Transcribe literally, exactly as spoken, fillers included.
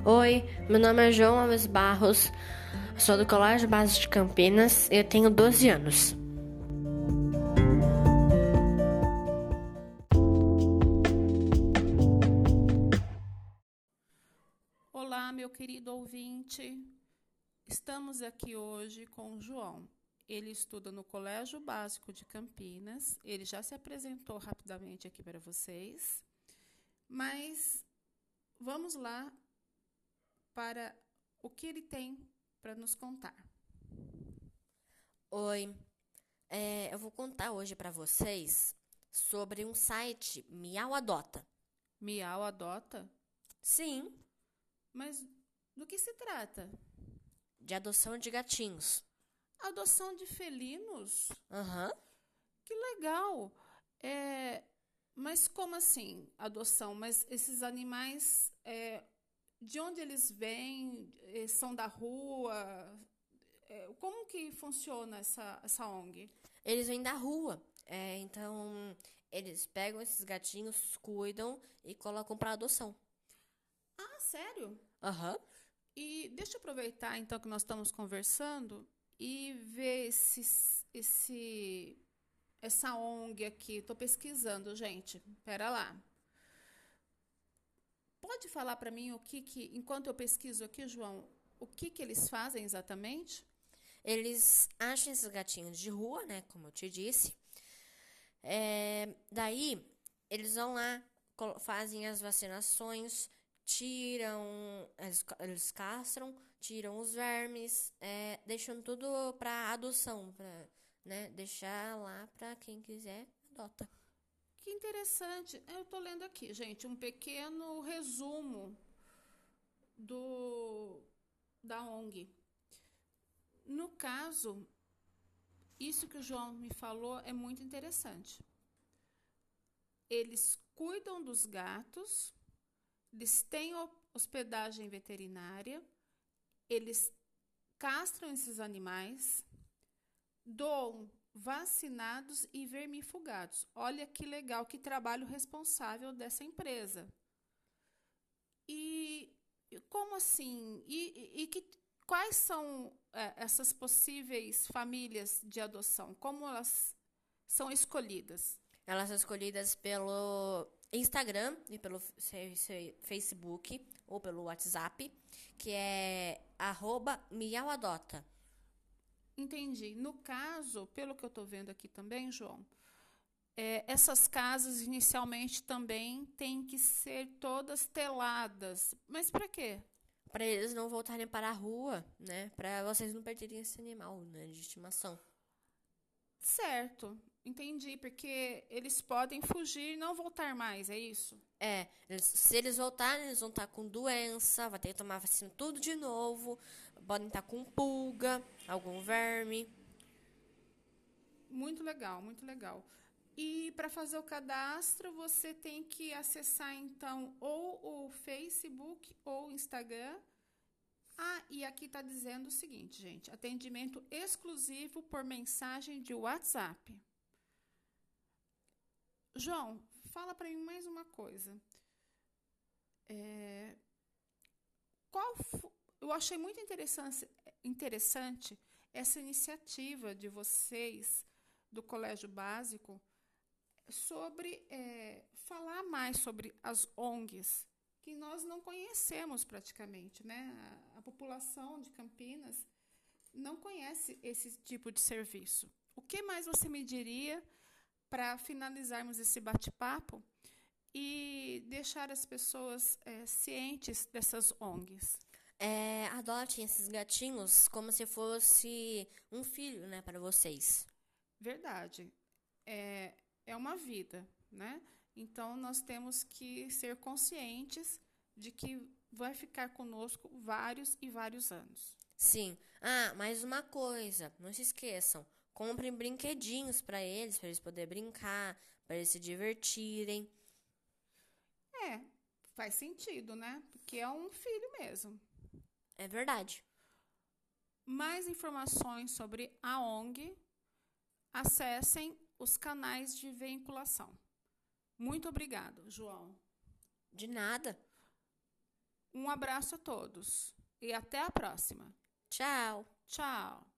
Oi, meu nome é João Alves Barros, sou do Colégio Básico de Campinas e eu tenho doze anos. Olá, meu querido ouvinte. Estamos aqui hoje com o João. Ele estuda no Colégio Básico de Campinas. Ele já se apresentou rapidamente aqui para vocês. Mas vamos lá para o que ele tem para nos contar. Oi, é, eu vou contar hoje para vocês sobre um site Miau Adota. Miau Adota? Sim, Mas do que se trata? de adoção de gatinhos. Adoção de felinos? Aham. Que legal! É, mas como assim, adoção? Mas esses animais, é, de onde eles vêm? Eh, São da rua? É, como que funciona essa, essa O N G? Eles vêm da rua, é, então eles pegam esses gatinhos, cuidam e colocam para adoção. Ah, sério? Aham. E deixa eu aproveitar, então, que nós estamos conversando e ver esses, esse, essa O N G aqui. Estou pesquisando, gente. Pera lá. Pode falar para mim o que, que, enquanto eu pesquiso aqui, João, o que, que eles fazem exatamente? Eles acham esses gatinhos de rua, né? Como eu te disse. É, daí, eles vão lá, colo- fazem as vacinações, tiram, eles, ca- eles castram, tiram os vermes, é, deixam tudo para adoção, pra, né? Deixar lá para quem quiser, adota. Que interessante. Eu estou lendo aqui, gente, um pequeno resumo do, da O N G. No caso, isso que o João me falou é muito interessante. Eles cuidam dos gatos, eles têm hospedagem veterinária, eles castram esses animais, doam vacinados e vermifugados. Olha que legal, que trabalho responsável dessa empresa. E como assim? E, e, e que, quais são é, essas possíveis famílias de adoção? Como elas são escolhidas? Elas são escolhidas pelo Instagram e pelo fe- fe- Facebook ou pelo WhatsApp, que é arroba miauadota. Entendi. No caso, pelo que eu estou vendo aqui também, João, é, essas casas inicialmente também têm que ser todas teladas. Mas para quê? Para eles não voltarem para a rua, né? Para vocês não perderem esse animal, né, de estimação. Certo, entendi, porque eles podem fugir e não voltar mais, é isso? É, eles- se eles voltarem, eles vão estar com doença, vai ter que tomar vacina tudo de novo, podem estar com pulga, algum verme. Muito legal, muito legal. E para fazer o cadastro, você tem que acessar então ou o Facebook ou o Instagram. Ah, e aqui está dizendo o seguinte, gente: atendimento exclusivo por mensagem de WhatsApp. João, fala para mim mais uma coisa. É, qual fo- eu achei muito interessante, interessante essa iniciativa de vocês do Colégio Básico sobre é, falar mais sobre as O N Gs que nós não conhecemos praticamente, né? A, a população de Campinas não conhece esse tipo de serviço. O que mais você me diria para finalizarmos esse bate-papo e deixar as pessoas é, cientes dessas O N Gs? É, adotem esses gatinhos como se fosse um filho, né, para vocês. Verdade. É, é uma vida, né? Então, nós temos que ser conscientes de que vai ficar conosco vários e vários anos. Sim. Ah, mais uma coisa, não se esqueçam. Comprem brinquedinhos para eles, para eles poderem brincar, para eles se divertirem. É, faz sentido, né? Porque é um filho mesmo. É verdade. Mais informações sobre a O N G, acessem os canais de vinculação. Muito obrigado, João. De nada. Um abraço a todos e até a próxima. Tchau! Tchau!